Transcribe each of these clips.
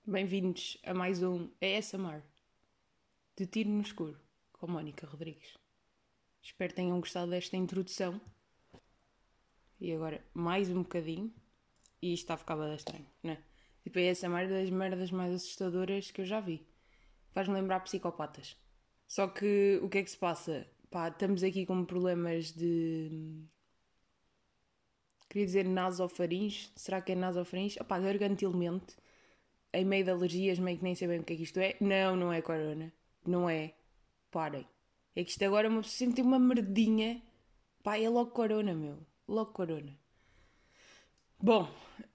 Bem-vindos a mais um ASMR de Tiro no Escuro com Mónica Rodrigues. Espero que tenham gostado desta introdução. E agora mais um bocadinho. E isto está a ficar bem estranho, não é? Tipo, a ASMR é das merdas mais assustadoras que eu já vi. Faz-me lembrar psicopatas. Só que o que é que se passa? Pá, estamos aqui com problemas de... Queria dizer nasofaringe. Será que é nasofaringe? Opá, gargantilmente. Em meio de alergias, meio que nem sei bem o que é que isto é. Não é corona. Não é. Parem. É que isto agora uma pessoa sempre tem uma merdinha. Pá, é logo corona, meu. Logo corona. Bom,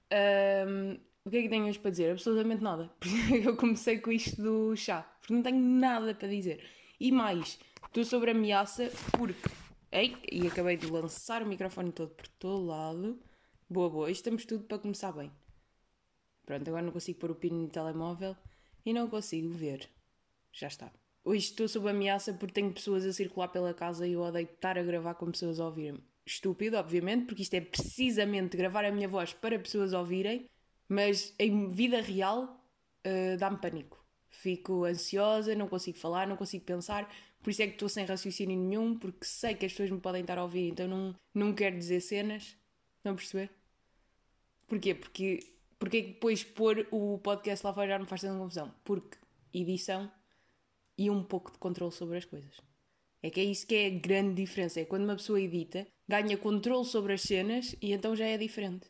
o que é que tenho hoje para dizer? Absolutamente nada. Eu comecei com isto do chá. Porque não tenho nada para dizer. E mais, estou sobre ameaça porque... Ei, e acabei de lançar o microfone todo por todo lado. Boa. Estamos tudo para começar bem. Pronto, agora não consigo pôr o pino no telemóvel e não consigo ver. Já está. Hoje estou sob ameaça porque tenho pessoas a circular pela casa e eu odeio estar a gravar com pessoas a ouvirem-me. Estúpido, obviamente, porque isto é precisamente gravar a minha voz para pessoas ouvirem, mas em vida real dá-me pânico. Fico ansiosa, não consigo falar, não consigo pensar, por isso é que estou sem raciocínio nenhum, porque sei que as pessoas me podem estar a ouvir, então não quero dizer cenas. Estão a perceber? Porquê? Porque é que depois pôr o podcast lá fora já me faz tanta confusão? Porque edição e um pouco de controle sobre as coisas. É que é isso que é a grande diferença. É quando uma pessoa edita, ganha controle sobre as cenas e então já é diferente.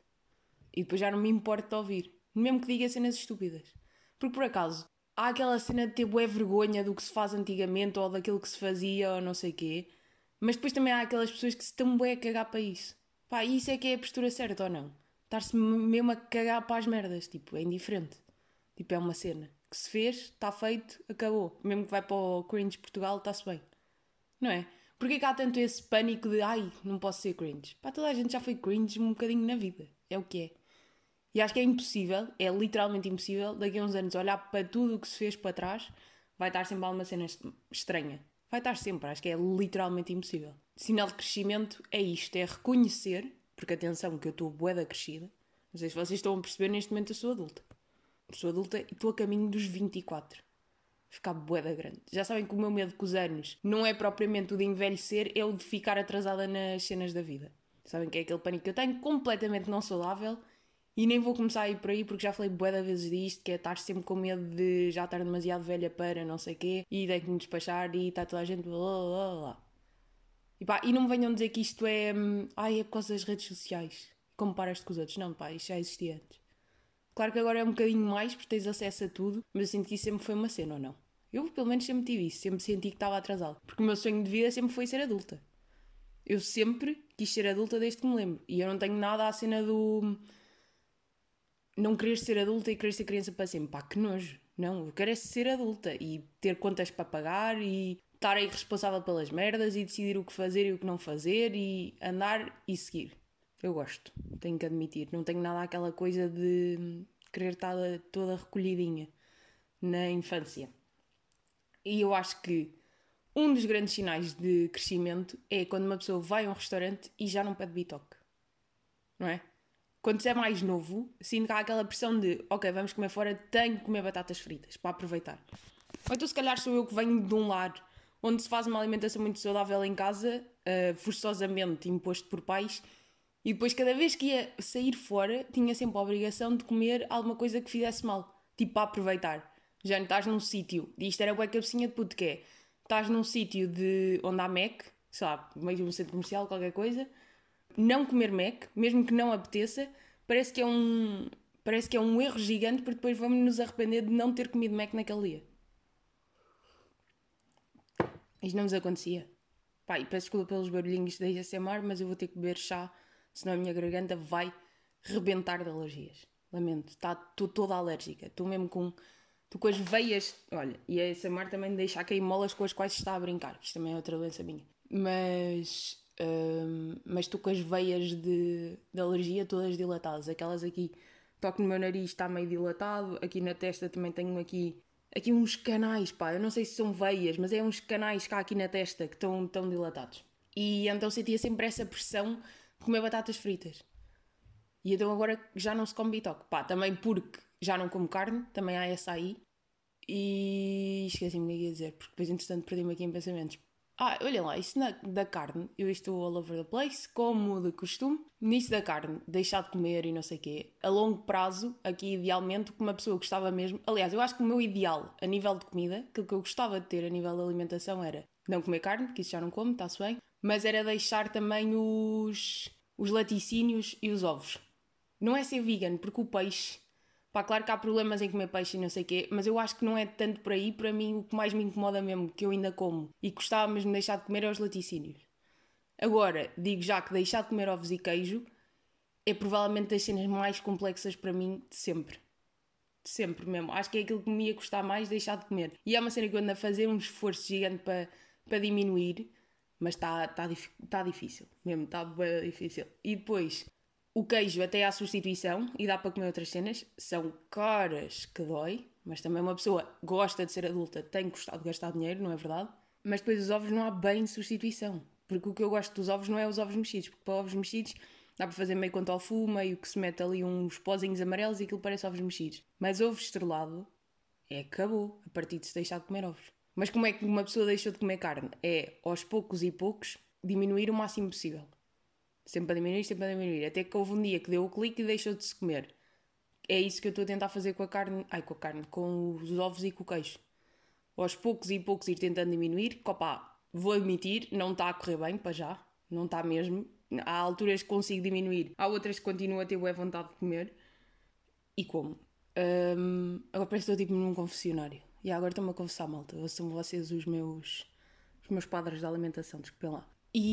E depois já não me importa de ouvir. Mesmo que diga cenas estúpidas. Porque por acaso, há aquela cena de ter bué vergonha do que se faz antigamente ou daquilo que se fazia ou não sei quê. Mas depois também há aquelas pessoas que se estão bué a cagar para isso. Pá, isso é que é a postura certa ou não? Estar-se mesmo a cagar para as merdas. Tipo, é indiferente. Tipo, é uma cena que se fez, está feito, acabou. Mesmo que vai para o Cringe Portugal, está-se bem. Não é? Porquê que há tanto esse pânico de ai, não posso ser cringe? Pá, toda a gente já foi cringe um bocadinho na vida. É o que é. E acho que é impossível, é literalmente impossível, daqui a uns anos olhar para tudo o que se fez para trás, vai estar sempre alguma cena estranha. Vai estar sempre, acho que é literalmente impossível. Sinal de crescimento é isto, é reconhecer, porque atenção que eu estou bué da crescida, não sei se vocês estão a perceber, neste momento eu sou adulta. Sou adulta e estou a caminho dos 24. Ficar bué da grande. Já sabem que o meu medo com os anos não é propriamente o de envelhecer, é o de ficar atrasada nas cenas da vida. Sabem que é aquele pânico que eu tenho, completamente não saudável, e nem vou começar a ir por aí porque já falei bué da vezes disto, que é estar sempre com medo de já estar demasiado velha para não sei quê, e tenho que me despachar e está toda a gente blá blá blá. E pá, e não me venham dizer que isto é é por causa das redes sociais. Comparas-te com os outros. Não, pá, isto já existia antes. Claro que agora é um bocadinho mais porque tens acesso a tudo, mas eu sinto que isso sempre foi uma cena, ou não? Eu, pelo menos, sempre tive isso, sempre senti que estava atrasado. Porque o meu sonho de vida sempre foi ser adulta. Eu sempre quis ser adulta desde que me lembro. E eu não tenho nada à cena do não querer ser adulta e querer ser criança para sempre. Pá, que nojo. Não, eu quero é ser adulta e ter contas para pagar e estar aí responsável pelas merdas e decidir o que fazer e o que não fazer e andar e seguir. Eu gosto, tenho que admitir. Não tenho nada aquela coisa de querer estar toda recolhidinha na infância. E eu acho que um dos grandes sinais de crescimento é quando uma pessoa vai a um restaurante e já não pede bitoque. Não é? Quando se é mais novo, sinto que há aquela pressão de ok, vamos comer fora, tenho que comer batatas fritas para aproveitar. Ou então se calhar sou eu que venho de um lar onde se faz uma alimentação muito saudável em casa, forçosamente imposto por pais, e depois cada vez que ia sair fora tinha sempre a obrigação de comer alguma coisa que fizesse mal, tipo para aproveitar. Já não estás num sítio, e isto era bué cabecinha de puto que é, estás num sítio de onde há Mac, sei lá, meio de um centro comercial, qualquer coisa, não comer Mac, mesmo que não apeteça, parece que é um erro gigante porque depois vamos nos arrepender de não ter comido Mac naquele dia. Isto não nos acontecia. Pá, e peço desculpa pelos barulhinhos da ASMR, mas eu vou ter que beber chá, senão a minha garganta vai rebentar de alergias. Lamento, estou toda alérgica. Estou mesmo com... Estou com as veias... Olha, e a ASMR também me deixa cair molas com as quais se está a brincar. Isto também é outra doença minha. Mas estou com as veias de alergia todas dilatadas. Aquelas aqui, toco no meu nariz, está meio dilatado. Aqui na testa também tenho aqui uns canais, pá. Eu não sei se são veias, mas é uns canais cá aqui na testa que estão tão dilatados. E então sentia sempre essa pressão de comer batatas fritas. E então agora já não se come bitoque. Pá, também porque já não como carne, também há essa aí. E esqueci-me o que ia dizer, porque depois, entretanto, perdi-me aqui em pensamentos. Olha lá, isso da carne, eu estou all over the place, como de costume. Nisso da carne, deixar de comer e não sei o quê. A longo prazo, aqui idealmente, o que uma pessoa gostava mesmo. Aliás, eu acho que o meu ideal a nível de comida, aquilo que eu gostava de ter a nível de alimentação era não comer carne, que isso já não como, está-se bem, mas era deixar também os laticínios e os ovos. Não é ser vegan, porque o peixe. Pá, claro que há problemas em comer peixe e não sei o quê, mas eu acho que não é tanto por aí. Para mim, o que mais me incomoda mesmo, que eu ainda como e gostava mesmo de deixar de comer, é os laticínios. Agora, digo já que deixar de comer ovos e queijo é provavelmente das cenas mais complexas para mim de sempre. De sempre mesmo. Acho que é aquilo que me ia custar mais deixar de comer. E é uma cena que eu ando a fazer um esforço gigante para diminuir, mas está difícil. Mesmo, está bem difícil. E depois, o queijo até à substituição, e dá para comer outras cenas, são caras que dói, mas também uma pessoa gosta de ser adulta, tem gostado de gastar dinheiro, não é verdade? Mas depois os ovos não há bem substituição. Porque o que eu gosto dos ovos não é os ovos mexidos, porque para ovos mexidos dá para fazer meio com tofu, meio que se mete ali uns pozinhos amarelos e aquilo parece ovos mexidos. Mas ovo estrelado acabou a partir de se deixar de comer ovos. Mas como é que uma pessoa deixou de comer carne? É aos poucos e poucos diminuir o máximo possível. Sempre a diminuir, sempre a diminuir. Até que houve um dia que deu o clique e deixou de se comer. É isso que eu estou a tentar fazer com a carne. Com os ovos e com o queijo. Aos poucos e poucos ir tentando diminuir. Opá, vou admitir, não está a correr bem para já. Não está mesmo. Há alturas que consigo diminuir. Há outras que continuo a ter boa vontade de comer. E como? Agora parece que estou tipo num confessionário. E agora estou-me a confessar, malta. São vocês os meus padres da alimentação, desculpem lá.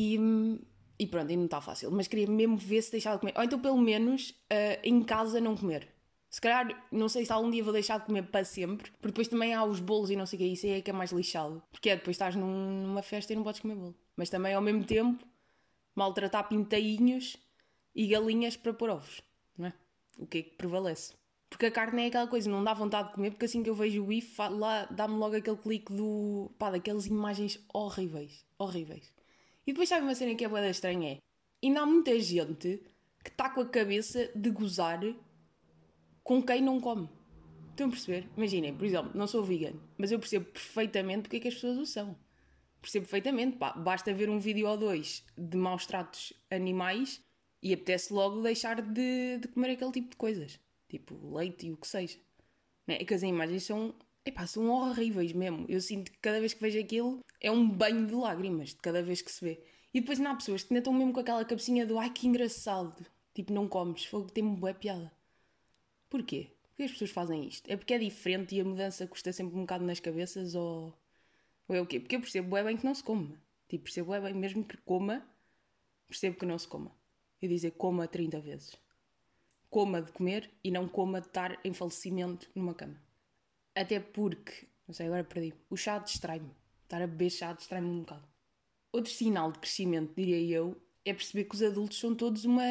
E pronto, e não está fácil. Mas queria mesmo ver se deixava de comer. Ou então, pelo menos, em casa não comer. Se calhar, não sei se algum dia vou deixar de comer para sempre. Porque depois também há os bolos e não sei o que. Isso aí é que é mais lixado. Porque depois estás numa festa e não podes comer bolo. Mas também, ao mesmo tempo, maltratar pintainhos e galinhas para pôr ovos. Não é? O que é que prevalece? Porque a carne é aquela coisa, não dá vontade de comer, porque assim que eu vejo o bife, lá dá-me logo aquele clique daquelas imagens horríveis. Horríveis. E depois sabe uma cena que é bué da estranha? Ainda há muita gente que está com a cabeça de gozar com quem não come. Estão a perceber? Imaginem, por exemplo, não sou vegan, mas eu percebo perfeitamente porque é que as pessoas o são. Percebo perfeitamente, pá, basta ver um vídeo ou dois de maus tratos animais e apetece logo deixar de comer aquele tipo de coisas. Tipo leite e o que seja. Não é que as imagens são horríveis mesmo. Eu sinto que cada vez que vejo aquilo é um banho de lágrimas, de cada vez que se vê. E depois não há pessoas que ainda estão mesmo com aquela cabecinha do ai que engraçado. Tipo, não comes, fogo, tem-me bué piada. Porquê? Porquê as pessoas fazem isto? É porque é diferente e a mudança custa sempre um bocado nas cabeças ou é o quê? Porque eu percebo é bem que não se come. Tipo, percebo é bem, mesmo que coma, percebo que não se coma. Eu dizer coma 30 vezes. Coma de comer e não coma de estar em falecimento numa cama. Até porque, não sei, agora perdi. O chá distrai-me. Estar a beber chá distrai-me um bocado. Outro sinal de crescimento, diria eu, é perceber que os adultos são todos uma.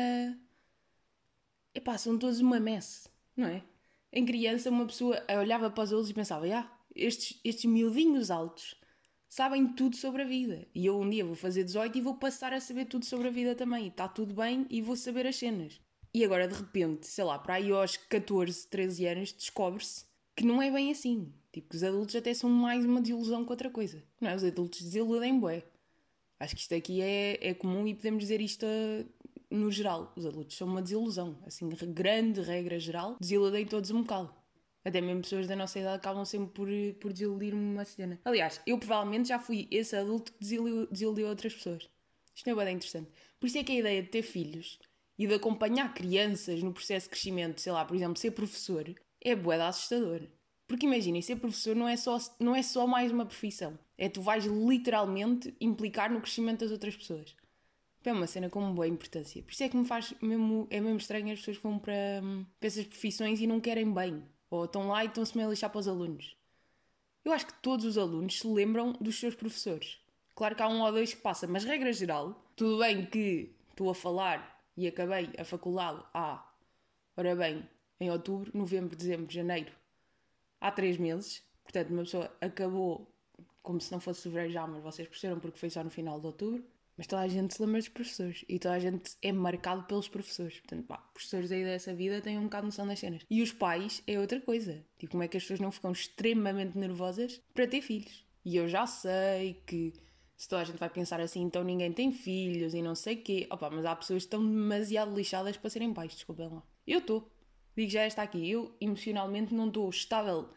São todos uma messe, não é? Em criança, uma pessoa olhava para os adultos e pensava: estes miudinhos altos sabem tudo sobre a vida. E eu um dia vou fazer 18 e vou passar a saber tudo sobre a vida também. E está tudo bem e vou saber as cenas. E agora, de repente, sei lá, para aí aos 14, 13 anos, descobre-se que não é bem assim. Tipo, que os adultos até são mais uma desilusão que outra coisa. Não é? Os adultos desiludem bué. Acho que isto aqui é comum e podemos dizer isto no geral. Os adultos são uma desilusão. Assim, grande regra geral, desiludem todos um bocado. Até mesmo pessoas da nossa idade acabam sempre por desiludir-me uma cena. Aliás, eu provavelmente já fui esse adulto que desiludiu outras pessoas. Isto não é bem interessante. Por isso é que a ideia de ter filhos e de acompanhar crianças no processo de crescimento, sei lá, por exemplo, ser professor, é bué de assustador. Porque imaginem, ser professor não é só mais uma profissão. É tu vais literalmente implicar no crescimento das outras pessoas. É uma cena com boa importância. Por isso é que me faz mesmo, é mesmo estranho as pessoas que vão para essas profissões e não querem bem. Ou estão lá e estão-se meio a lixar para os alunos. Eu acho que todos os alunos se lembram dos seus professores. Claro que há um ou dois que passa, mas regra geral, tudo bem que estou a falar e acabei a faculdade ora bem, em outubro, novembro, dezembro, janeiro, há 3 meses. Portanto, uma pessoa acabou como se não fosse fevereiro já, mas vocês perceberam porque foi só no final de outubro. Mas toda a gente se lembra dos professores e toda a gente é marcado pelos professores. Portanto, pá, professores aí dessa vida têm um bocado de noção das cenas. E os pais é outra coisa. Tipo, como é que as pessoas não ficam extremamente nervosas para ter filhos? E eu já sei que se toda a gente vai pensar assim, então ninguém tem filhos e não sei o quê. Opa, mas há pessoas que estão demasiado lixadas para serem pais, desculpem lá. Eu estou. Digo já esta aqui. Eu emocionalmente não estou estável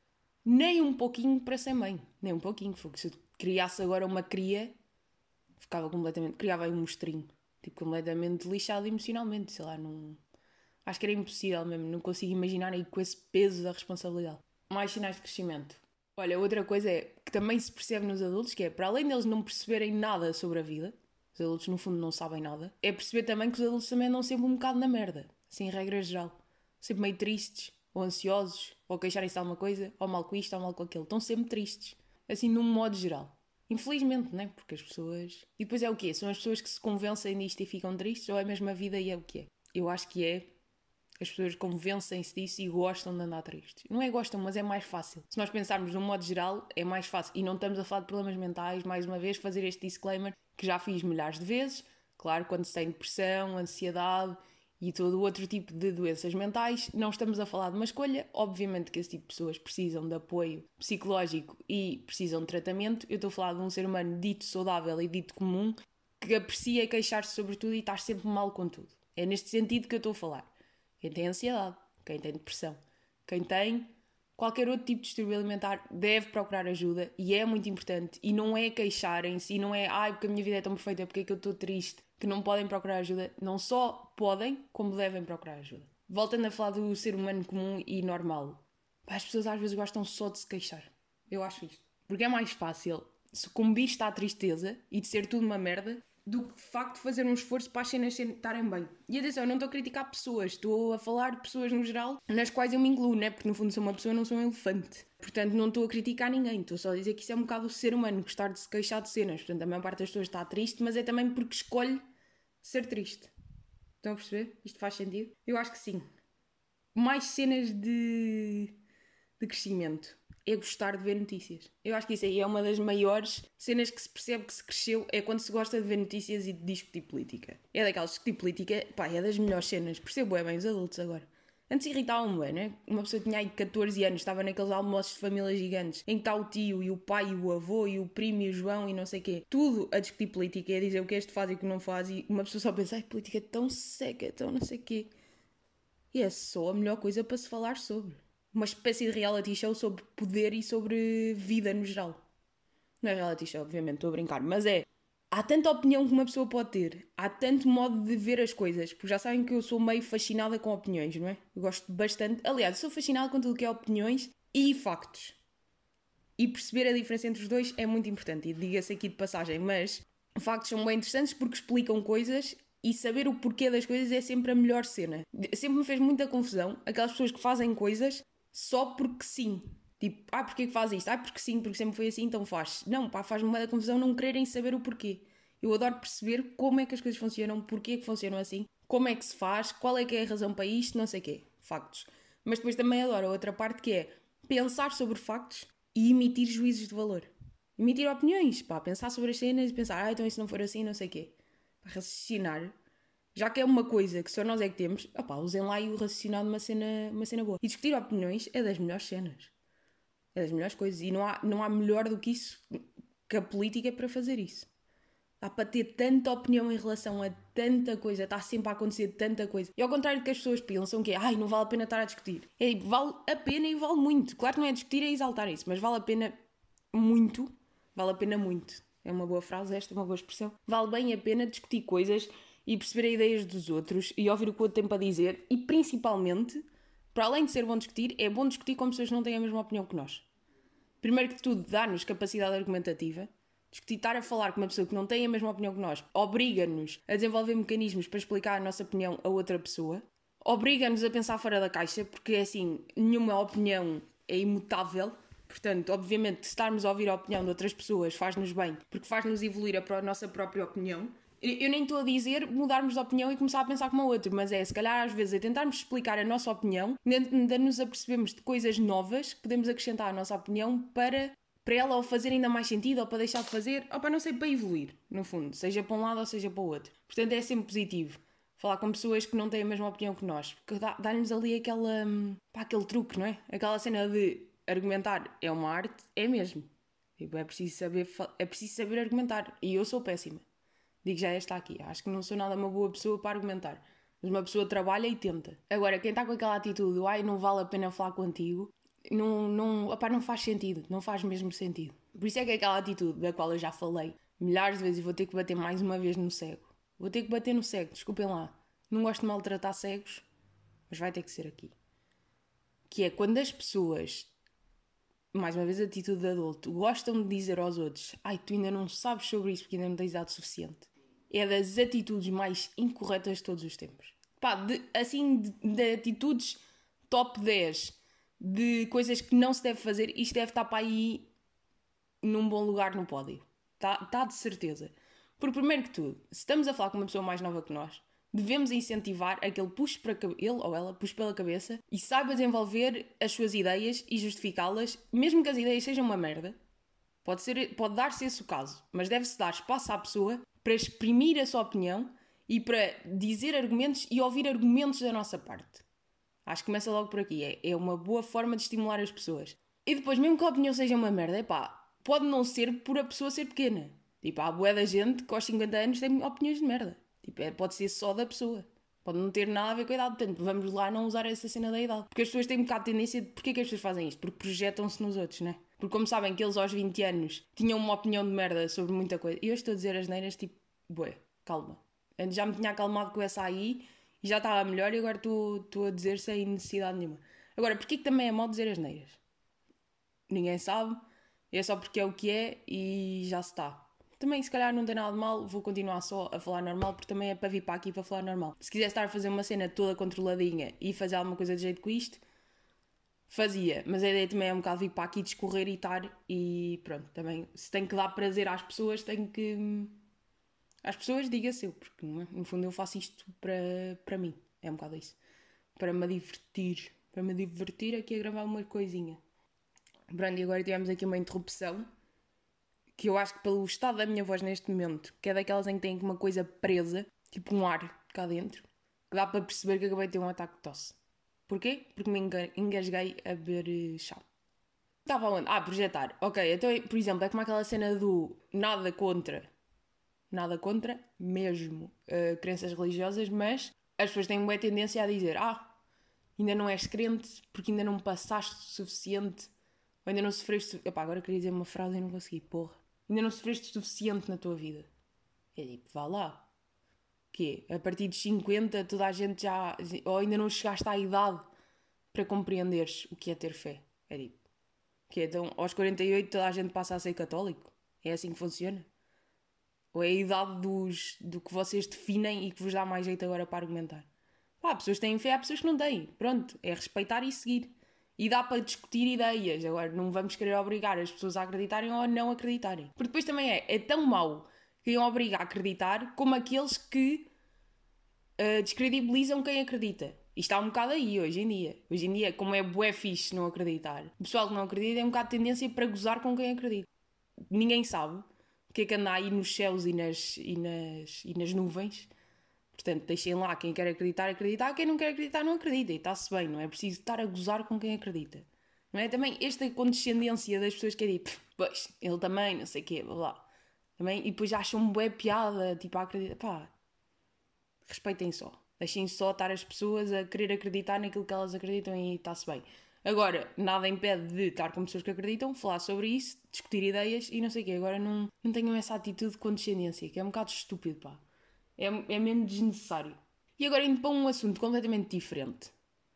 nem um pouquinho para ser mãe. Nem um pouquinho. Se eu criasse agora uma cria, ficava completamente... Criava aí um monstrinho. Tipo, completamente lixado emocionalmente. Sei lá, não... Acho que era impossível mesmo. Não consigo imaginar aí com esse peso da responsabilidade. Mais sinais de crescimento. Olha, outra coisa é que também se percebe nos adultos, que é, para além deles não perceberem nada sobre a vida, os adultos no fundo não sabem nada, é perceber também que os adultos também andam sempre um bocado na merda. Assim, em regra geral. Sempre meio tristes, ou ansiosos, ou queixarem-se de alguma coisa, ou mal com isto, ou mal com aquilo. Estão sempre tristes. Assim, num modo geral. Infelizmente, né? Porque as pessoas... E depois é o quê? São as pessoas que se convencem disto e ficam tristes, ou é mesmo a vida e é o que é? Eu acho que é... As pessoas convencem-se disso e gostam de andar tristes. Não é gostam, mas é mais fácil. Se nós pensarmos de um modo geral, é mais fácil. E não estamos a falar de problemas mentais, mais uma vez, fazer este disclaimer que já fiz milhares de vezes. Claro, quando se tem depressão, ansiedade e todo outro tipo de doenças mentais, não estamos a falar de uma escolha. Obviamente que esse tipo de pessoas precisam de apoio psicológico e precisam de tratamento. Eu estou a falar de um ser humano dito saudável e dito comum que aprecia queixar-se sobre tudo e estar sempre mal com tudo. É neste sentido que eu estou a falar. Quem tem ansiedade, quem tem depressão, quem tem qualquer outro tipo de distúrbio alimentar deve procurar ajuda e é muito importante. E não é queixarem-se e não é porque a minha vida é tão perfeita, porque é que eu estou triste, que não podem procurar ajuda. Não só podem, como devem procurar ajuda. Voltando a falar do ser humano comum e normal. As pessoas às vezes gostam só de se queixar. Eu acho isto. Porque é mais fácil sucumbir-te à tristeza e de ser tudo uma merda do que de facto fazer um esforço para as cenas estarem bem. E atenção, eu não estou a criticar pessoas, estou a falar de pessoas no geral, nas quais eu me incluo, né? Porque no fundo sou uma pessoa, não sou um elefante. Portanto, não estou a criticar ninguém, estou só a dizer que isso é um bocado o ser humano, gostar de se queixar de cenas. Portanto, a maior parte das pessoas está triste, mas é também porque escolhe ser triste. Estão a perceber? Isto faz sentido? Eu acho que sim. Mais cenas de crescimento. É gostar de ver notícias. Eu acho que isso aí é uma das maiores cenas que se percebe que se cresceu, é quando se gosta de ver notícias e de discutir política. É daquelas discutir política, pá, é das melhores cenas. Percebo bem os adultos agora. Antes irritavam-me bem, né? Uma pessoa tinha aí 14 anos, estava naqueles almoços de famílias gigantes, em que está o tio e o pai e o avô e o primo e o João e não sei o quê. Tudo a discutir política e a dizer o que este faz e o que não faz, e uma pessoa só pensa, ai, política é tão seca, tão não sei o quê. E é só a melhor coisa para se falar sobre. Uma espécie de reality show sobre poder e sobre vida no geral. Não é reality show, obviamente, estou a brincar, mas é. Há tanta opinião que uma pessoa pode ter, há tanto modo de ver as coisas, porque já sabem que eu sou meio fascinada com opiniões, não é? Eu gosto bastante, aliás, sou fascinada com tudo que é opiniões e factos. E perceber a diferença entre os dois é muito importante, e diga-se aqui de passagem, mas factos são bem interessantes porque explicam coisas e saber o porquê das coisas é sempre a melhor cena. Sempre me fez muita confusão aquelas pessoas que fazem coisas só porque sim. Tipo, porquê que faz isto? Porque sim, porque sempre foi assim, então faz. Não, faz-me muita confusão não quererem saber o porquê. Eu adoro perceber como é que as coisas funcionam, porquê que funcionam assim, como é que se faz, qual é que é a razão para isto, não sei o quê. Factos. Mas depois também adoro a outra parte que é pensar sobre factos e emitir juízos de valor. Emitir opiniões, pensar sobre as cenas e pensar, então isso não for assim, não sei o quê. Para raciocinar. Já que é uma coisa que só nós é que temos, usem lá e o raciocinar de uma cena boa. E discutir opiniões é das melhores cenas. É das melhores coisas. E não há melhor do que isso, que a política para fazer isso. Dá para ter tanta opinião em relação a tanta coisa. Está sempre a acontecer tanta coisa. E ao contrário do que as pessoas pensam, que é, não vale a pena estar a discutir. Vale a pena e vale muito. Claro que não é discutir, é exaltar isso. Mas vale a pena muito. Vale a pena muito. É uma boa frase esta, uma boa expressão. Vale bem a pena discutir coisas e perceber as ideias dos outros e ouvir o que o outro tem para dizer. E principalmente, para além de ser bom discutir, é bom discutir com pessoas que não têm a mesma opinião que nós. Primeiro que tudo, dá-nos capacidade argumentativa. Discutir, estar a falar com uma pessoa que não tem a mesma opinião que nós, obriga-nos a desenvolver mecanismos para explicar a nossa opinião a outra pessoa. Obriga-nos a pensar fora da caixa, porque assim, nenhuma opinião é imutável. Portanto, obviamente, estarmos a ouvir a opinião de outras pessoas faz-nos bem, porque faz-nos evoluir a nossa própria opinião. Eu nem estou a dizer mudarmos de opinião e começar a pensar como a outra, mas se calhar às vezes, tentarmos explicar a nossa opinião, ainda nos apercebemos de coisas novas que podemos acrescentar à nossa opinião para para ela ou fazer ainda mais sentido ou para deixar de fazer, ou para não sei, para evoluir, no fundo, seja para um lado ou seja para o outro. Portanto, é sempre positivo falar com pessoas que não têm a mesma opinião que nós, porque dá-nos ali aquele truque, não é? Aquela cena de argumentar é uma arte, é mesmo. Tipo, é preciso saber argumentar. E eu sou péssima. Digo já esta aqui. Acho que não sou nada uma boa pessoa para argumentar. Mas uma pessoa trabalha e tenta. Agora, quem está com aquela atitude, ai, não vale a pena falar contigo, não faz sentido. Não faz mesmo sentido. Por isso é que aquela atitude da qual eu já falei milhares de vezes e vou ter que bater mais uma vez no cego. Vou ter que bater no cego, desculpem lá. Não gosto de maltratar cegos, mas vai ter que ser aqui. Que é quando as pessoas, mais uma vez atitude de adulto, gostam de dizer aos outros, ai, tu ainda não sabes sobre isso porque ainda não tens idade suficiente. É das atitudes mais incorretas de todos os tempos. Pá, de atitudes top 10 de coisas que não se deve fazer, isto deve estar para aí num bom lugar no pódio. Tá de certeza. Porque primeiro que tudo, se estamos a falar com uma pessoa mais nova que nós, devemos incentivar a que ele puxe para ele ou ela puxe pela cabeça e saiba desenvolver as suas ideias e justificá-las, mesmo que as ideias sejam uma merda. Pode dar-se esse o caso, mas deve-se dar espaço à pessoa para exprimir a sua opinião e para dizer argumentos e ouvir argumentos da nossa parte. Acho que começa logo por aqui. É uma boa forma de estimular as pessoas. E depois, mesmo que a opinião seja uma merda, pode não ser por a pessoa ser pequena. Tipo, há bué da gente que aos 50 anos tem opiniões de merda. Tipo, pode ser só da pessoa. Pode não ter nada a ver com a idade. Portanto, vamos lá não usar essa cena da idade. Porque as pessoas têm um bocado de tendência de... Porquê que as pessoas fazem isto? Porque projetam-se nos outros, né? Porque como sabem que eles aos 20 anos tinham uma opinião de merda sobre muita coisa. E eu estou a dizer asneiras tipo... Bué, calma. Antes já me tinha acalmado com essa aí e já estava melhor e agora estou a dizer sem necessidade nenhuma. Agora, porquê que também é mal dizer asneiras? Ninguém sabe. É só porque é o que é e já se está. Também, se calhar, não tem nada de mal, vou continuar só a falar normal, porque também é para vir para aqui para falar normal. Se quisesse estar a fazer uma cena toda controladinha e fazer alguma coisa de jeito com isto, fazia. Mas a ideia também é um bocado vir para aqui discorrer e estar e pronto, também. Se tem que dar prazer às pessoas, tem que... Às pessoas, diga-se eu, porque no fundo eu faço isto para mim. É um bocado isso. Para me divertir. Para me divertir aqui a gravar uma coisinha. Pronto, e agora tivemos aqui uma interrupção que eu acho que pelo estado da minha voz neste momento, que é daquelas em que tem uma coisa presa, tipo um ar cá dentro, que dá para perceber que acabei de ter um ataque de tosse. Porquê? Porque me engasguei a beber chá. Estava onde? Projetar. Ok, então, por exemplo, é como aquela cena do nada contra mesmo crenças religiosas, mas as pessoas têm uma tendência a dizer ainda não és crente porque ainda não passaste o suficiente, ou ainda não sofreste... Agora queria dizer uma frase e não consegui, porra. Ainda não sofreste o suficiente na tua vida. É tipo, vá lá. Quê? A partir dos 50 toda a gente já... Ou ainda não chegaste à idade para compreenderes o que é ter fé. É tipo... Quê? Então, aos 48 toda a gente passa a ser católico? É assim que funciona? Ou é a idade do que vocês definem e que vos dá mais jeito agora para argumentar? Há pessoas que têm fé, há pessoas que não têm. Pronto, é respeitar e seguir. E dá para discutir ideias. Agora, não vamos querer obrigar as pessoas a acreditarem ou a não acreditarem. Porque depois também é tão mau quem obriga a acreditar como aqueles que descredibilizam quem acredita. E está um bocado aí hoje em dia. Hoje em dia, como é bué fixe não acreditar, o pessoal que não acredita tem um bocado de tendência para gozar com quem acredita. Ninguém sabe o que anda aí nos céus e nas nuvens. Portanto, deixem lá quem quer acreditar, quem não quer acreditar, não acredita. E está-se bem, não é preciso estar a gozar com quem acredita. Não é? Também esta condescendência das pessoas que é tipo, pois, ele também, não sei o quê, blá blá. Também, e depois acham uma bué piada, tipo, a acreditar. Respeitem só. Deixem só estar as pessoas a querer acreditar naquilo que elas acreditam e está-se bem. Agora, nada impede de estar com pessoas que acreditam, falar sobre isso, discutir ideias e não sei o quê. Agora não tenham essa atitude de condescendência, que é um bocado estúpido, pá. É mesmo desnecessário. E agora indo para um assunto completamente diferente.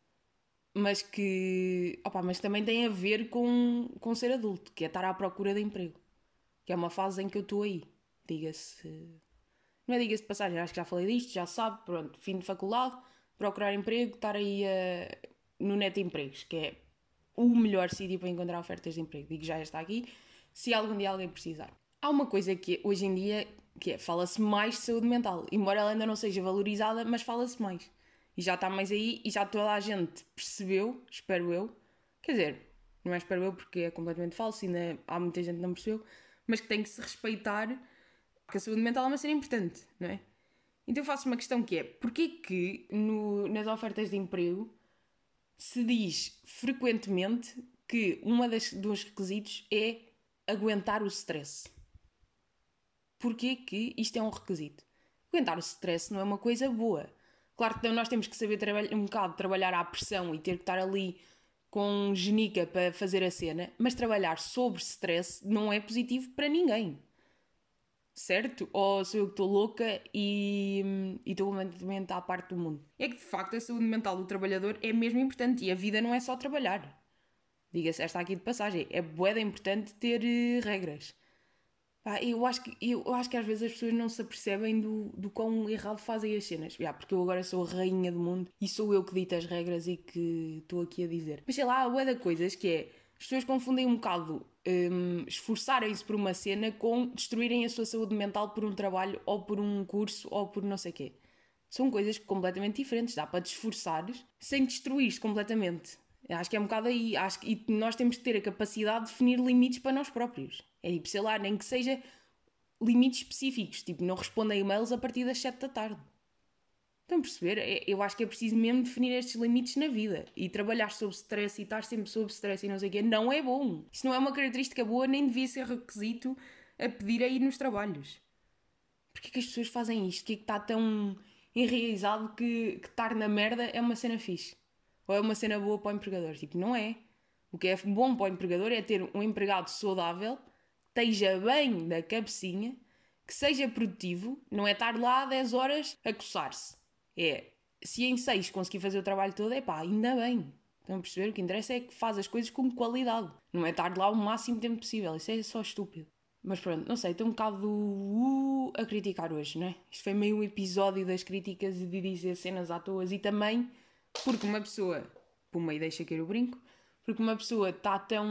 Mas que mas também tem a ver com ser adulto, que é estar à procura de emprego. Que é uma fase em que eu estou aí. Diga-se... Não é diga-se de passagem, acho que já falei disto, já sabe, pronto, fim de faculdade, procurar emprego, estar aí no Net Empregos, que é o melhor sítio para encontrar ofertas de emprego. Digo já está aqui, se algum dia alguém precisar. Há uma coisa que hoje em dia, que é, fala-se mais de saúde mental, embora ela ainda não seja valorizada, mas fala-se mais. E já está mais aí, e já toda a gente percebeu, espero eu, quer dizer, Não é espero eu, porque é completamente falso e ainda há muita gente que não percebeu, mas que tem que se respeitar, que a saúde mental é uma cena importante, não é? Então eu faço uma questão que é, porquê que nas ofertas de emprego se diz frequentemente que dos requisitos é aguentar o stress? Porquê que isto é um requisito? Aguentar o stress não é uma coisa boa. Claro que nós temos que saber um bocado trabalhar à pressão e ter que estar ali com genica para fazer a cena, mas trabalhar sobre stress não é positivo para ninguém. Certo? Ou sou eu que estou louca e estou completamente à parte do mundo? É que de facto a saúde mental do trabalhador é mesmo importante e a vida não é só trabalhar. Diga-se esta aqui de passagem. É bué importante ter regras. Pá, eu acho que às vezes as pessoas não se apercebem do quão errado fazem as cenas. Porque eu agora sou a rainha do mundo e sou eu que dito as regras e que estou aqui a dizer. Mas sei lá, há bué de coisas que é... As pessoas confundem um bocado esforçarem-se por uma cena com destruírem a sua saúde mental por um trabalho ou por um curso ou por não sei o quê. São coisas completamente diferentes. Dá para te esforçares sem destruir-te completamente. Acho que é um bocado aí. E nós temos que ter a capacidade de definir limites para nós próprios. É tipo, sei lá, nem que seja limites específicos. Tipo, não responda a e-mails a partir das 7 da tarde. Estão a perceber? Eu acho que é preciso mesmo definir estes limites na vida. E trabalhar sob stress e estar sempre sob stress e não sei o quê não é bom. Isso não é uma característica boa, nem devia ser requisito a pedir aí nos trabalhos. Porquê que as pessoas fazem isto? Porquê que está tão enraizado que estar na merda é uma cena fixe? Ou é uma cena boa para o empregador? Tipo, não é. O que é bom para o empregador é ter um empregado saudável, esteja bem da cabecinha, que seja produtivo, não é estar lá 10 horas a coçar-se. É, se em 6 conseguir fazer o trabalho todo, é pá, ainda bem. Estão a perceber? O que interessa é que faz as coisas com qualidade. Não é estar lá o máximo tempo possível. Isso é só estúpido. Mas pronto, não sei, estou um bocado a criticar hoje, não é? Isto foi meio um episódio das críticas e de dizer cenas à toa e também porque uma pessoa, puma e deixa cair o brinco, porque uma pessoa está tão,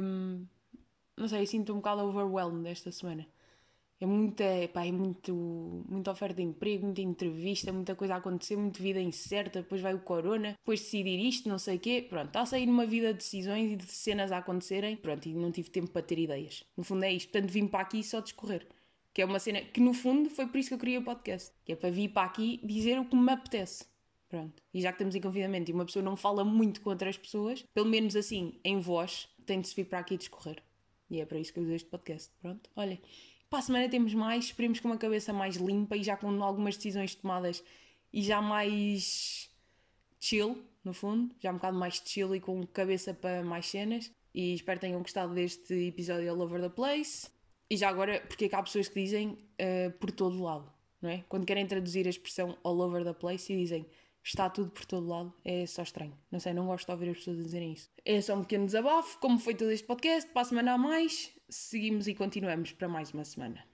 não sei, sinto um bocado overwhelmed esta semana. É muita, pá, é muita oferta de emprego, muita entrevista, muita coisa a acontecer, muita vida incerta, depois vai o corona, depois decidir isto, não sei o quê. Pronto, está a sair uma vida de decisões e de cenas a acontecerem. Pronto, e não tive tempo para ter ideias. No fundo é isto, portanto vim para aqui só discorrer. Que é uma cena que no fundo foi por isso que eu criei o podcast. Que é para vir para aqui dizer o que me apetece. Pronto. E já que estamos em confinamento e uma pessoa não fala muito com outras pessoas, pelo menos assim, em voz, tem de se vir para aqui discorrer. E é para isso que eu uso este podcast. Pronto, olhem. Para a semana temos mais, esperemos com uma cabeça mais limpa e já com algumas decisões tomadas e já mais chill, no fundo, já um bocado mais chill e com cabeça para mais cenas. E espero que tenham gostado deste episódio All Over the Place. E já agora, porque é que há pessoas que dizem por todo lado, não é? Quando querem traduzir a expressão All Over the Place e dizem está tudo por todo lado, é só estranho. Não sei, não gosto de ouvir as pessoas a dizerem isso. É só um pequeno desabafo, como foi todo este podcast, para a semana a mais, seguimos e continuamos para mais uma semana.